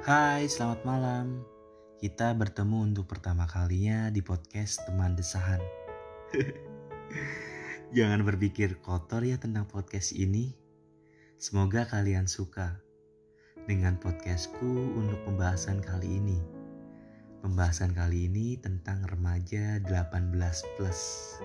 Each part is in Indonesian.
Hai, selamat malam. Kita bertemu untuk pertama kalinya di podcast Teman Desahan. Jangan berpikir kotor ya tentang podcast ini. Semoga kalian suka dengan podcastku untuk pembahasan kali ini. Pembahasan kali ini tentang remaja 18+.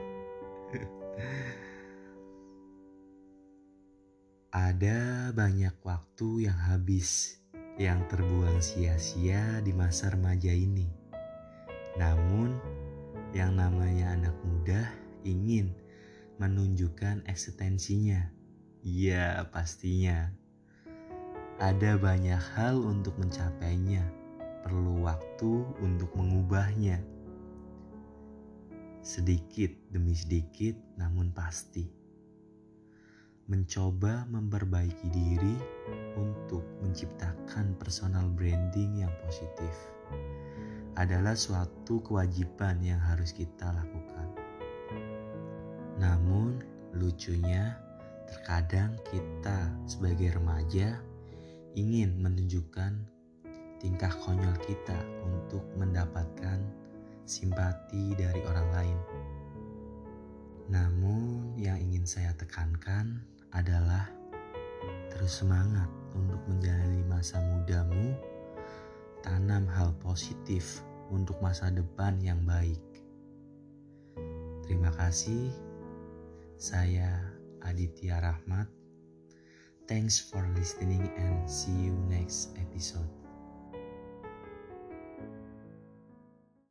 Ada banyak waktu yang habis, yang terbuang sia-sia di masa remaja ini. Namun, yang namanya anak muda ingin menunjukkan eksistensinya. Ya, pastinya. Ada banyak hal untuk mencapainya, perlu waktu untuk mengubahnya. Sedikit demi sedikit, namun pasti. Mencoba memperbaiki diri untuk menciptakan personal branding yang positif adalah suatu kewajiban yang harus kita lakukan. Namun, lucunya terkadang kita sebagai remaja ingin menunjukkan tingkah konyol kita untuk mendapatkan simpati dari orang lain. Namun, yang ingin saya tekankan adalah terus semangat untuk menjalani masa mudamu, tanam hal positif untuk masa depan yang baik. Terima kasih, saya Aditya Rahmat. Thanks for listening and see you next episode.